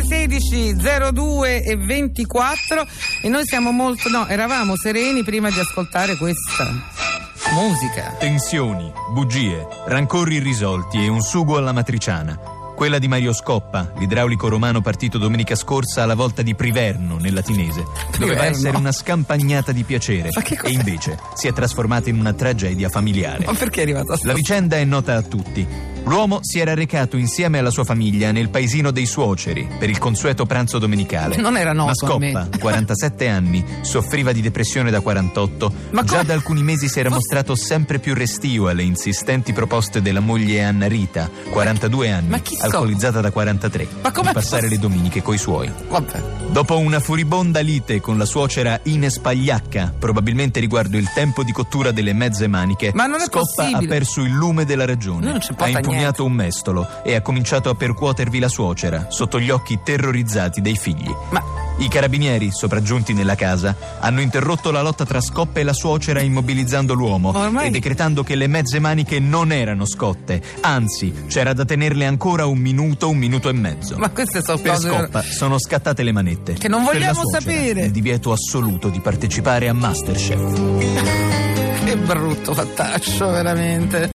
16:02:24 e noi siamo eravamo sereni prima di ascoltare questa musica. Tensioni, bugie, rancori irrisolti e un sugo alla matriciana. Quella di Mario Scoppa, l'idraulico romano partito domenica scorsa alla volta di Priverno, nel latinese. Doveva essere una scampagnata di piacere e invece si è trasformata in una tragedia familiare. Ma perché è arrivata La vicenda è nota a tutti. L'uomo si era recato insieme alla sua famiglia nel paesino dei suoceri per il consueto pranzo domenicale. Non era noto. Ma Scoppa, 47 anni, soffriva di depressione da 48. Già da alcuni mesi si era mostrato sempre più restio alle insistenti proposte della moglie Anna Rita, 42 anni, alcolizzata da 43, di passare le domeniche coi suoi. Vabbè. Dopo una furibonda lite con la suocera Ines Pagliacca, probabilmente riguardo il tempo di cottura delle mezze maniche, Scoppa ha perso il lume della ragione. Ha impugnato un mestolo e ha cominciato a percuotervi la suocera sotto gli occhi terrorizzati dei figli. I carabinieri, sopraggiunti nella casa, hanno interrotto la lotta tra Scoppa e la suocera immobilizzando l'uomo e decretando che le mezze maniche non erano scotte, anzi c'era da tenerle ancora un minuto e mezzo. Ma queste sono per cose Scoppa sono scattate le manette che non vogliamo per la suocera, sapere. Il divieto assoluto di partecipare a MasterChef. Che brutto fattaccio, veramente.